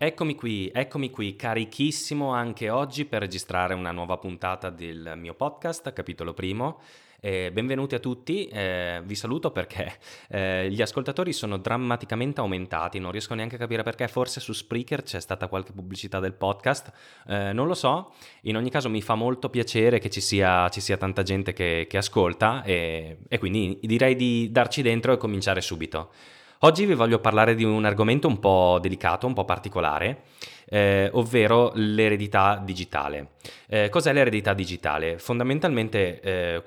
Eccomi qui, carichissimo anche oggi per registrare una nuova puntata del mio podcast, capitolo primo. Benvenuti a tutti, vi saluto perché gli ascoltatori sono drammaticamente aumentati, non riesco neanche a capire perché, forse su Spreaker c'è stata qualche pubblicità del podcast, non lo so, in ogni caso mi fa molto piacere che ci sia tanta gente che ascolta e quindi direi di darci dentro e cominciare subito. Oggi vi voglio parlare di un argomento un po' delicato, un po' particolare, ovvero l'eredità digitale. Cos'è l'eredità digitale? Fondamentalmente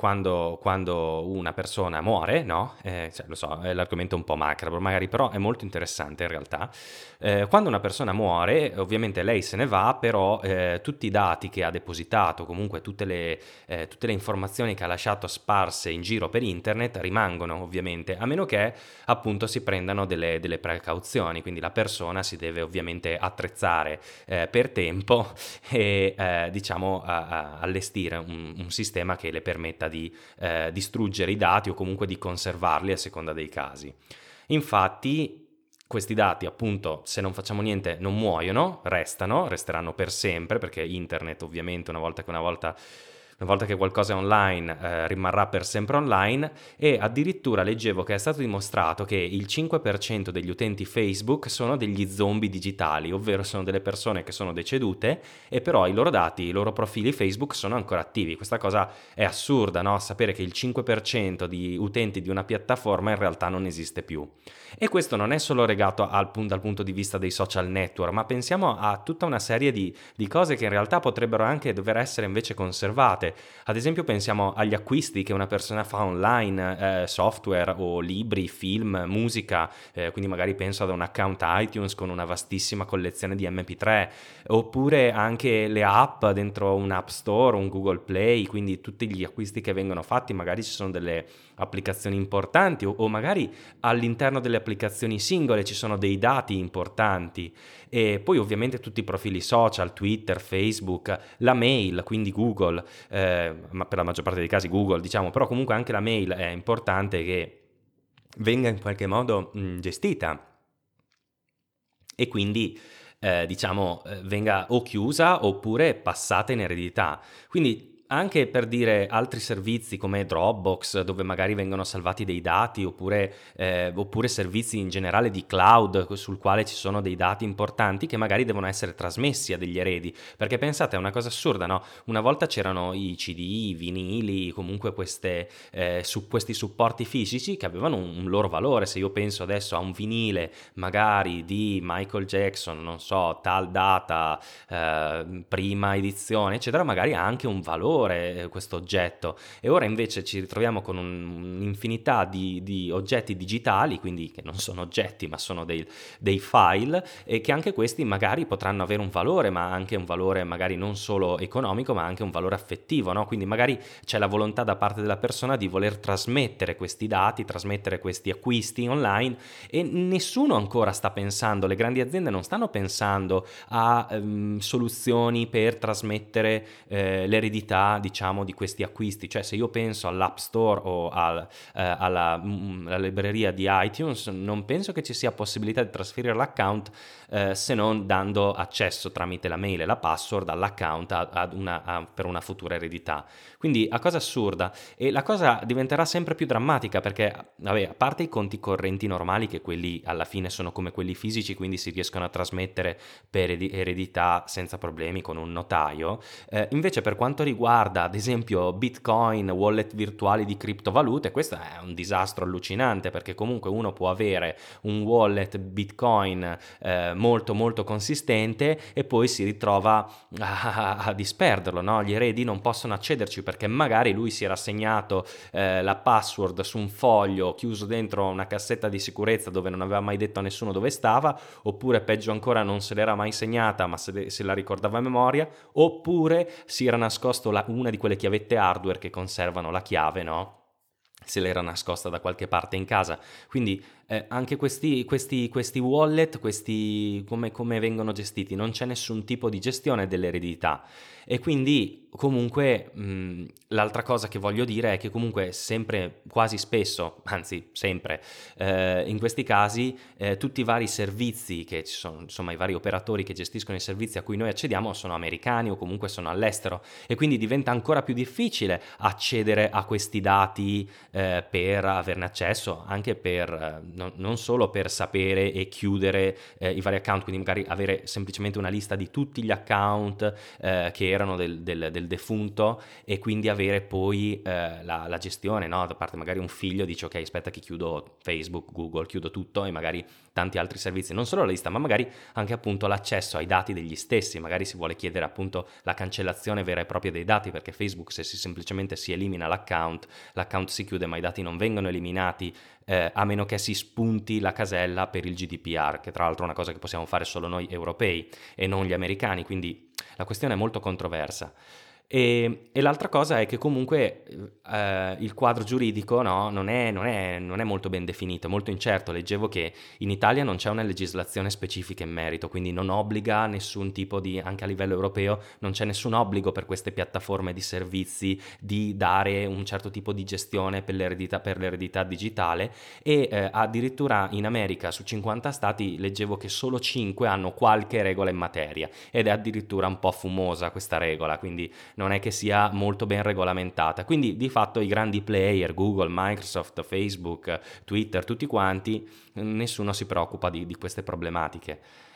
quando una persona muore, no? Lo so, è l'argomento un po' macabro, magari, però è molto interessante in realtà. Quando una persona muore, ovviamente lei se ne va, però tutti i dati che ha depositato, comunque tutte le informazioni che ha lasciato sparse in giro per internet rimangono ovviamente, a meno che appunto si prendano delle precauzioni, quindi la persona si deve ovviamente attrezzare per tempo e diciamo allestire un sistema che le permetta di distruggere i dati o comunque di conservarli a seconda dei casi. Infatti questi dati, appunto, se non facciamo niente non muoiono, resteranno per sempre, perché internet ovviamente una volta che qualcosa è online rimarrà per sempre online, e addirittura leggevo che è stato dimostrato che il 5% degli utenti Facebook sono degli zombie digitali, ovvero sono delle persone che sono decedute e però i loro dati, i loro profili Facebook sono ancora attivi. Questa cosa è assurda, no? Sapere che il 5% di utenti di una piattaforma in realtà non esiste più. E questo non è solo legato dal punto di vista dei social network, ma pensiamo a tutta una serie di cose che in realtà potrebbero anche dover essere invece conservate. Ad esempio pensiamo agli acquisti che una persona fa online, software o libri, film, musica, quindi magari penso ad un account iTunes con una vastissima collezione di MP3, oppure anche le app dentro un App Store, un Google Play, quindi tutti gli acquisti che vengono fatti, magari ci sono delle applicazioni importanti o magari all'interno delle applicazioni singole ci sono dei dati importanti, e poi ovviamente tutti i profili social, Twitter, Facebook, la mail, quindi Google, ma per la maggior parte dei casi Google, diciamo, però comunque anche la mail è importante che venga in qualche modo gestita e quindi venga o chiusa oppure passata in eredità. Quindi anche per dire altri servizi come Dropbox, dove magari vengono salvati dei dati, oppure servizi in generale di cloud sul quale ci sono dei dati importanti che magari devono essere trasmessi a degli eredi, perché pensate, è una cosa assurda, no? Una volta c'erano i CD, i vinili, comunque questi supporti fisici che avevano un loro valore. Se io penso adesso a un vinile magari di Michael Jackson, non so, tal data, prima edizione, eccetera, magari ha anche un valore questo oggetto, e ora invece ci ritroviamo con un'infinità di oggetti digitali, quindi che non sono oggetti ma sono dei file, e che anche questi magari potranno avere un valore, ma anche un valore magari non solo economico ma anche un valore affettivo, no? Quindi magari c'è la volontà da parte della persona di voler trasmettere questi dati, trasmettere questi acquisti online, e nessuno ancora sta pensando, le grandi aziende non stanno pensando a soluzioni per trasmettere l'eredità, diciamo, di questi acquisti. Cioè, se io penso all'App Store o alla libreria di iTunes, non penso che ci sia possibilità di trasferire l'account se non dando accesso tramite la mail e la password all'account per una futura eredità. Quindi a cosa assurda, e la cosa diventerà sempre più drammatica perché, vabbè, a parte i conti correnti normali, che quelli alla fine sono come quelli fisici, quindi si riescono a trasmettere per eredità senza problemi con un notaio, invece per quanto riguarda ad esempio Bitcoin, wallet virtuali di criptovalute, questo è un disastro allucinante, perché comunque uno può avere un wallet Bitcoin molto molto consistente e poi si ritrova a disperderlo, no? Gli eredi non possono accederci perché magari lui si era segnato la password su un foglio chiuso dentro una cassetta di sicurezza dove non aveva mai detto a nessuno dove stava, oppure peggio ancora non se l'era mai segnata ma se la ricordava a memoria, oppure si era nascosto una di quelle chiavette hardware che conservano la chiave, no? Se l'era nascosta da qualche parte in casa. Quindi anche questi wallet, come vengono gestiti? Non c'è nessun tipo di gestione dell'eredità e quindi comunque l'altra cosa che voglio dire è che comunque sempre, quasi spesso, anzi sempre, in questi casi tutti i vari servizi che ci sono, insomma i vari operatori che gestiscono i servizi a cui noi accediamo sono americani o comunque sono all'estero e quindi diventa ancora più difficile accedere a questi dati per averne accesso, anche per non solo per sapere e chiudere i vari account, quindi magari avere semplicemente una lista di tutti gli account che erano del defunto e quindi avere poi la gestione, no? Da parte magari un figlio dice ok, aspetta che chiudo Facebook, Google, chiudo tutto e magari tanti altri servizi, non solo la lista ma magari anche appunto l'accesso ai dati degli stessi, magari si vuole chiedere appunto la cancellazione vera e propria dei dati perché Facebook se semplicemente si elimina l'account si chiude ma i dati non vengono eliminati a meno che si spunti la casella per il GDPR, che tra l'altro è una cosa che possiamo fare solo noi europei e non gli americani, quindi la questione è molto controversa. E l'altra cosa è che comunque il quadro giuridico no, non è molto ben definito, è molto incerto. Leggevo che in Italia non c'è una legislazione specifica in merito, quindi non obbliga nessun tipo di, anche a livello europeo, non c'è nessun obbligo per queste piattaforme di servizi di dare un certo tipo di gestione per l'eredità digitale e addirittura in America su 50 stati leggevo che solo 5 hanno qualche regola in materia ed è addirittura un po' fumosa questa regola, quindi non è che sia molto ben regolamentata. Quindi di fatto i grandi player, Google, Microsoft, Facebook, Twitter, tutti quanti, nessuno si preoccupa di queste problematiche.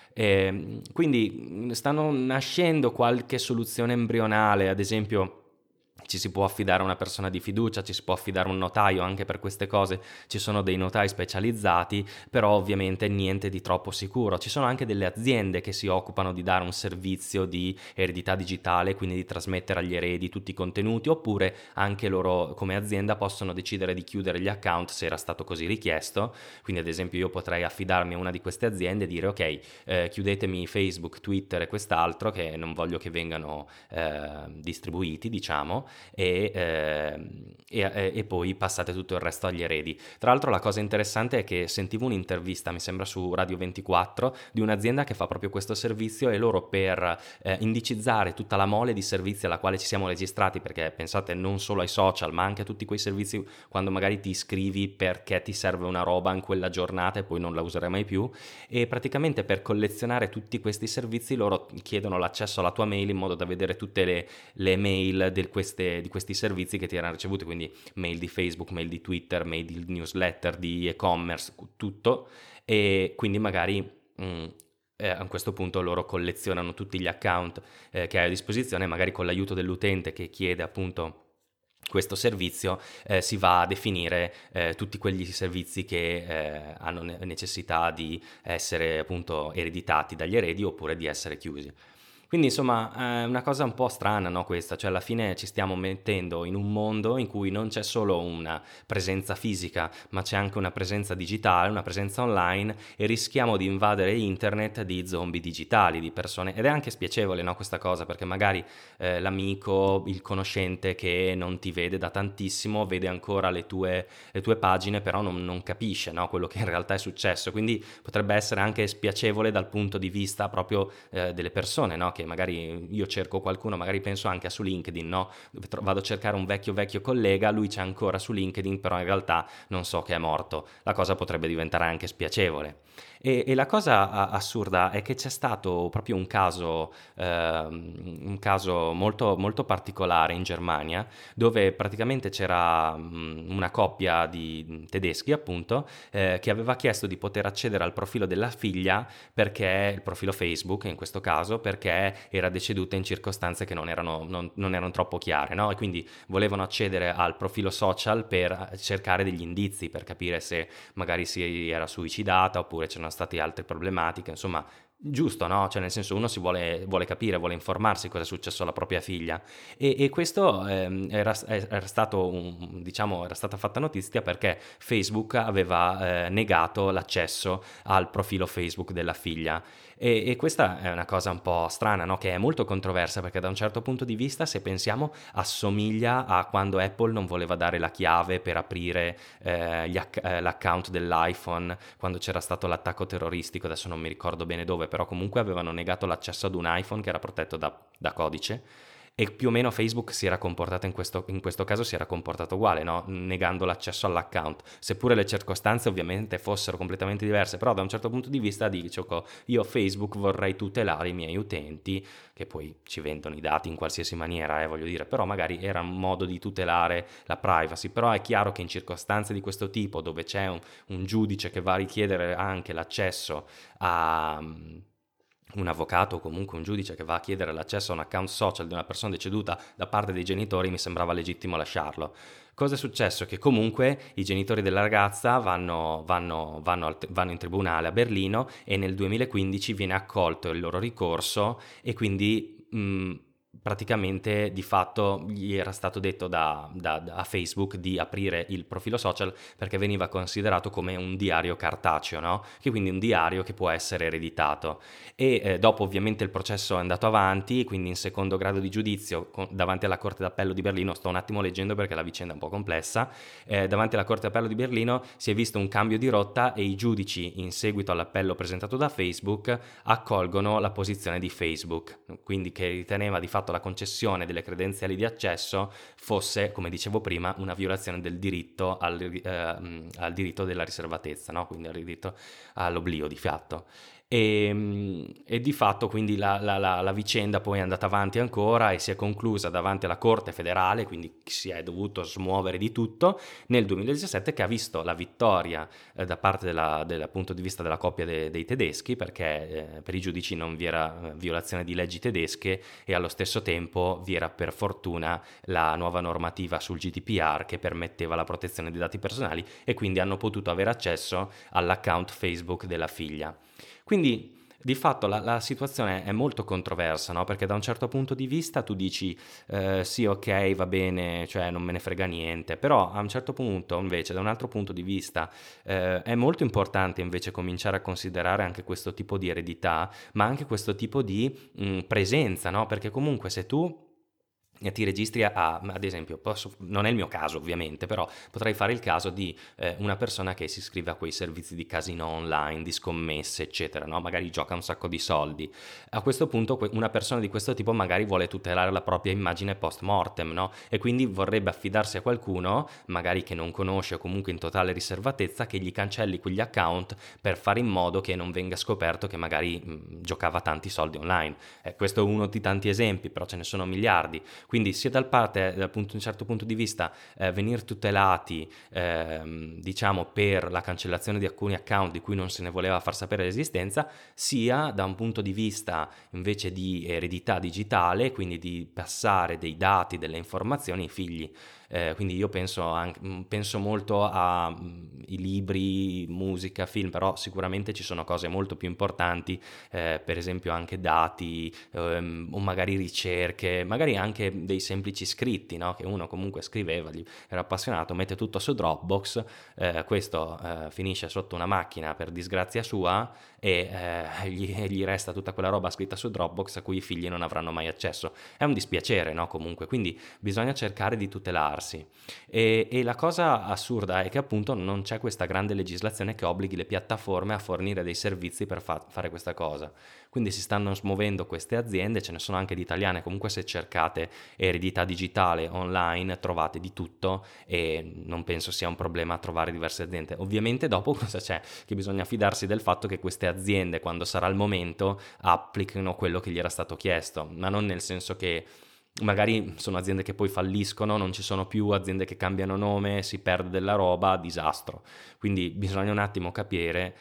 Quindi stanno nascendo qualche soluzione embrionale, ad esempio ci si può affidare a una persona di fiducia, ci si può affidare a un notaio, anche per queste cose ci sono dei notai specializzati, però ovviamente niente di troppo sicuro. Ci sono anche delle aziende che si occupano di dare un servizio di eredità digitale, quindi di trasmettere agli eredi tutti i contenuti, oppure anche loro come azienda possono decidere di chiudere gli account se era stato così richiesto. Quindi ad esempio io potrei affidarmi a una di queste aziende e dire ok, chiudetemi Facebook, Twitter e quest'altro che non voglio che vengano distribuiti, diciamo, e poi passate tutto il resto agli eredi. Tra l'altro la cosa interessante è che sentivo un'intervista, mi sembra su Radio 24, di un'azienda che fa proprio questo servizio e loro per indicizzare tutta la mole di servizi alla quale ci siamo registrati, perché pensate non solo ai social ma anche a tutti quei servizi quando magari ti iscrivi perché ti serve una roba in quella giornata e poi non la userai mai più, e praticamente per collezionare tutti questi servizi loro chiedono l'accesso alla tua mail in modo da vedere tutte le mail di questi servizi che ti erano ricevuti, quindi mail di Facebook, mail di Twitter, mail di newsletter, di e-commerce, tutto, e quindi magari a questo punto loro collezionano tutti gli account che hai a disposizione, magari con l'aiuto dell'utente che chiede appunto questo servizio si va a definire tutti quegli servizi che hanno necessità di essere appunto ereditati dagli eredi oppure di essere chiusi. Quindi insomma è una cosa un po' strana, no, questa, cioè alla fine ci stiamo mettendo in un mondo in cui non c'è solo una presenza fisica, ma c'è anche una presenza digitale, una presenza online e rischiamo di invadere internet di zombie digitali, di persone, ed è anche spiacevole, no, questa cosa, perché magari l'amico, il conoscente che non ti vede da tantissimo, vede ancora le tue pagine, però non capisce, no, quello che in realtà è successo, quindi potrebbe essere anche spiacevole dal punto di vista proprio delle persone, no, che magari io cerco qualcuno, magari penso anche a su LinkedIn, no? Vado a cercare un vecchio collega, lui c'è ancora su LinkedIn, però in realtà non so che è morto. La cosa potrebbe diventare anche spiacevole. E la cosa assurda è che c'è stato proprio un caso molto, molto particolare in Germania, dove praticamente c'era una coppia di tedeschi, appunto, che aveva chiesto di poter accedere al profilo della figlia, perché il profilo Facebook in questo caso, perché era deceduta in circostanze che non erano troppo chiare, no? E quindi volevano accedere al profilo social per cercare degli indizi, per capire se magari si era suicidata oppure c'erano state altre problematiche, insomma Giusto, no? Cioè nel senso uno vuole capire, vuole informarsi cosa è successo alla propria figlia e questo era stato diciamo, era stata fatta notizia perché Facebook aveva negato l'accesso al profilo Facebook della figlia e questa è una cosa un po' strana, no? Che è molto controversa perché da un certo punto di vista, se pensiamo, assomiglia a quando Apple non voleva dare la chiave per aprire l'account dell'iPhone quando c'era stato l'attacco terroristico, adesso non mi ricordo bene dove, però comunque avevano negato l'accesso ad un iPhone che era protetto da codice e più o meno Facebook si era comportato in questo caso si era comportato uguale, no? Negando l'accesso all'account, seppure le circostanze ovviamente fossero completamente diverse, però da un certo punto di vista dico io Facebook vorrei tutelare i miei utenti, che poi ci vendono i dati in qualsiasi maniera, voglio dire, però magari era un modo di tutelare la privacy, però è chiaro che in circostanze di questo tipo dove c'è un giudice che va a richiedere anche l'accesso a un avvocato o comunque un giudice che va a chiedere l'accesso a un account social di una persona deceduta da parte dei genitori, mi sembrava legittimo lasciarlo. Cosa è successo? Che comunque i genitori della ragazza vanno in tribunale a Berlino e nel 2015 viene accolto il loro ricorso e quindi praticamente di fatto gli era stato detto a Facebook di aprire il profilo social perché veniva considerato come un diario cartaceo, no? Che quindi un diario che può essere ereditato e dopo ovviamente il processo è andato avanti, quindi in secondo grado di giudizio davanti alla Corte d'Appello di Berlino, sto un attimo leggendo perché la vicenda è un po' complessa, davanti alla Corte d'Appello di Berlino si è visto un cambio di rotta e i giudici in seguito all'appello presentato da Facebook accolgono la posizione di Facebook, quindi che riteneva di fatto la concessione delle credenziali di accesso fosse, come dicevo prima, una violazione del diritto al diritto della riservatezza, no? Quindi al diritto all'oblio di fatto. E di fatto quindi la vicenda poi è andata avanti ancora e si è conclusa davanti alla Corte federale, quindi si è dovuto smuovere di tutto nel 2017, che ha visto la vittoria da parte dal punto di vista della coppia dei tedeschi, perché per i giudici non vi era violazione di leggi tedesche e allo stesso tempo vi era per fortuna la nuova normativa sul GDPR che permetteva la protezione dei dati personali e quindi hanno potuto avere accesso all'account Facebook della figlia. Quindi di fatto la situazione è molto controversa, no? Perché da un certo punto di vista tu dici sì, ok, va bene, cioè non me ne frega niente, però a un certo punto invece da un altro punto di vista è molto importante invece cominciare a considerare anche questo tipo di eredità, ma anche questo tipo di presenza, no? Perché comunque se tu ti registri ad esempio, non è il mio caso ovviamente, però potrei fare il caso di una persona che si iscrive a quei servizi di casino online, di scommesse, eccetera, no? Magari gioca un sacco di soldi. A questo punto una persona di questo tipo magari vuole tutelare la propria immagine post mortem, no? E quindi vorrebbe affidarsi a qualcuno, magari che non conosce o comunque in totale riservatezza, che gli cancelli quegli account per fare in modo che non venga scoperto che magari giocava tanti soldi online. Questo è uno di tanti esempi, però ce ne sono miliardi. Quindi sia da un certo punto di vista venire tutelati diciamo per la cancellazione di alcuni account di cui non se ne voleva far sapere l'esistenza, sia da un punto di vista invece di eredità digitale, quindi di passare dei dati, delle informazioni ai figli. Quindi io penso molto ai libri, musica, film, però sicuramente ci sono cose molto più importanti, per esempio anche dati o magari ricerche, magari anche dei semplici scritti, no? Che uno comunque scriveva, era appassionato, mette tutto su Dropbox, questo finisce sotto una macchina per disgrazia sua e gli resta tutta quella roba scritta su Dropbox a cui i figli non avranno mai accesso. È un dispiacere, no? Comunque, quindi bisogna cercare di tutelarsi. E la cosa assurda è che appunto non c'è questa grande legislazione che obblighi le piattaforme a fornire dei servizi per fare questa cosa. Quindi si stanno smuovendo queste aziende, ce ne sono anche di italiane, comunque se cercate eredità digitale online trovate di tutto e non penso sia un problema trovare diverse aziende. Ovviamente dopo cosa c'è? Che bisogna fidarsi del fatto che queste aziende, quando sarà il momento, applichino quello che gli era stato chiesto, ma non nel senso che magari sono aziende che poi falliscono, non ci sono più, aziende che cambiano nome, si perde della roba, disastro. Quindi bisogna un attimo capire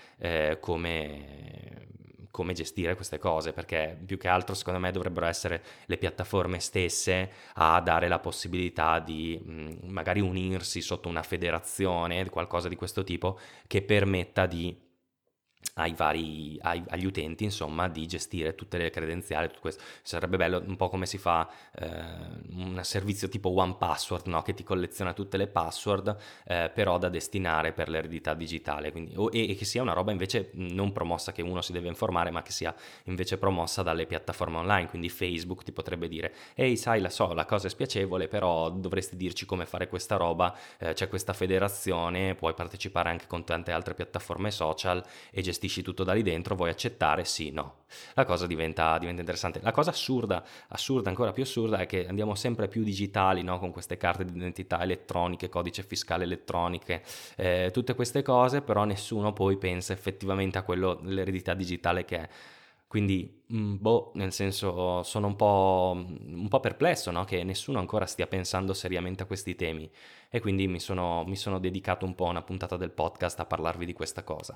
come gestire queste cose, perché più che altro secondo me dovrebbero essere le piattaforme stesse a dare la possibilità di magari unirsi sotto una federazione, qualcosa di questo tipo, che permetta di agli utenti, insomma, di gestire tutte le credenziali, tutto questo. Sarebbe bello, un po' come si fa un servizio tipo One Password, no? Che ti colleziona tutte le password, però da destinare per l'eredità digitale, quindi, e che sia una roba invece non promossa, che uno si deve informare, ma che sia invece promossa dalle piattaforme online. Quindi Facebook ti potrebbe dire: ehi, sai, la cosa è spiacevole, però dovresti dirci come fare questa roba, c'è questa federazione, puoi partecipare anche con tante altre piattaforme social e gestisci tutto da lì dentro, vuoi accettare? Sì, no. La cosa diventa interessante. La cosa assurda, ancora più assurda, è che andiamo sempre più digitali, no? Con queste carte di identità elettroniche, codice fiscale elettroniche, tutte queste cose, però nessuno poi pensa effettivamente a quello dell'eredità digitale che è. Quindi, nel senso, sono un po' perplesso, no? Che nessuno ancora stia pensando seriamente a questi temi, e quindi mi sono dedicato un po' a una puntata del podcast a parlarvi di questa cosa.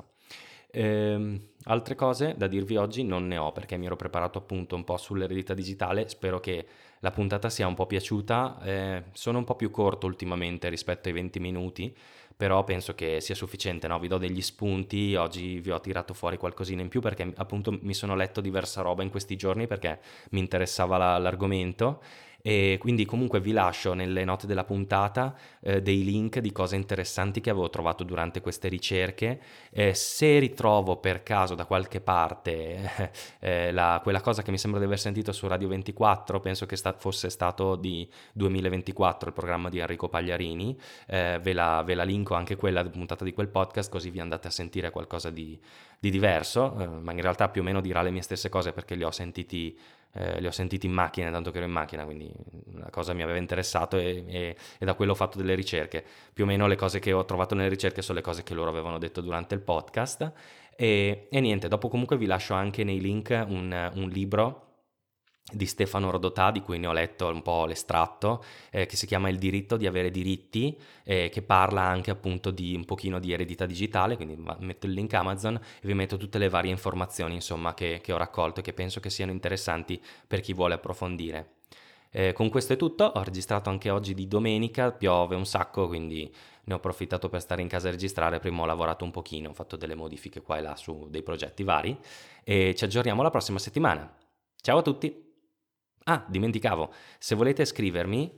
Altre cose da dirvi oggi non ne ho, perché mi ero preparato appunto un po' sull'eredità digitale. Spero che la puntata sia un po' piaciuta. Sono un po' più corto ultimamente rispetto ai 20 minuti, però penso che sia sufficiente, no? Vi do degli spunti, oggi vi ho tirato fuori qualcosina in più perché appunto mi sono letto diversa roba in questi giorni perché mi interessava l'argomento, e quindi comunque vi lascio nelle note della puntata dei link di cose interessanti che avevo trovato durante queste ricerche. Se ritrovo per caso da qualche parte quella cosa che mi sembra di aver sentito su Radio 24, penso che fosse stato di 2024, il programma di Enrico Pagliarini, ve la linko anche quella puntata di quel podcast, così vi andate a sentire qualcosa di diverso, ma in realtà più o meno dirà le mie stesse cose perché li ho sentiti in macchina, tanto che ero in macchina, quindi la cosa mi aveva interessato e da quello ho fatto delle ricerche. Più o meno le cose che ho trovato nelle ricerche sono le cose che loro avevano detto durante il podcast, e niente, dopo comunque vi lascio anche nei link un libro di Stefano Rodotà, di cui ne ho letto un po' l'estratto, che si chiama Il diritto di avere diritti, che parla anche appunto di un pochino di eredità digitale, quindi metto il link Amazon e vi metto tutte le varie informazioni, insomma, che ho raccolto e che penso che siano interessanti per chi vuole approfondire. Con questo è tutto, ho registrato anche oggi di domenica, piove un sacco, quindi ne ho approfittato per stare in casa a registrare. Prima ho lavorato un pochino, ho fatto delle modifiche qua e là su dei progetti vari, e ci aggiorniamo la prossima settimana. Ciao a tutti! Ah, dimenticavo, se volete scrivermi,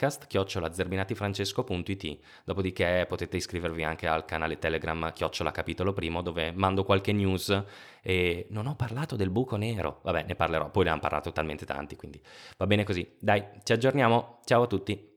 podcast@zerbinatifrancesco.it. Dopodiché potete iscrivervi anche al canale Telegram @capitolo primo, dove mando qualche news, e non ho parlato del buco nero. Vabbè, ne parlerò, poi ne hanno parlato talmente tanti, quindi va bene così. Dai, ci aggiorniamo, ciao a tutti!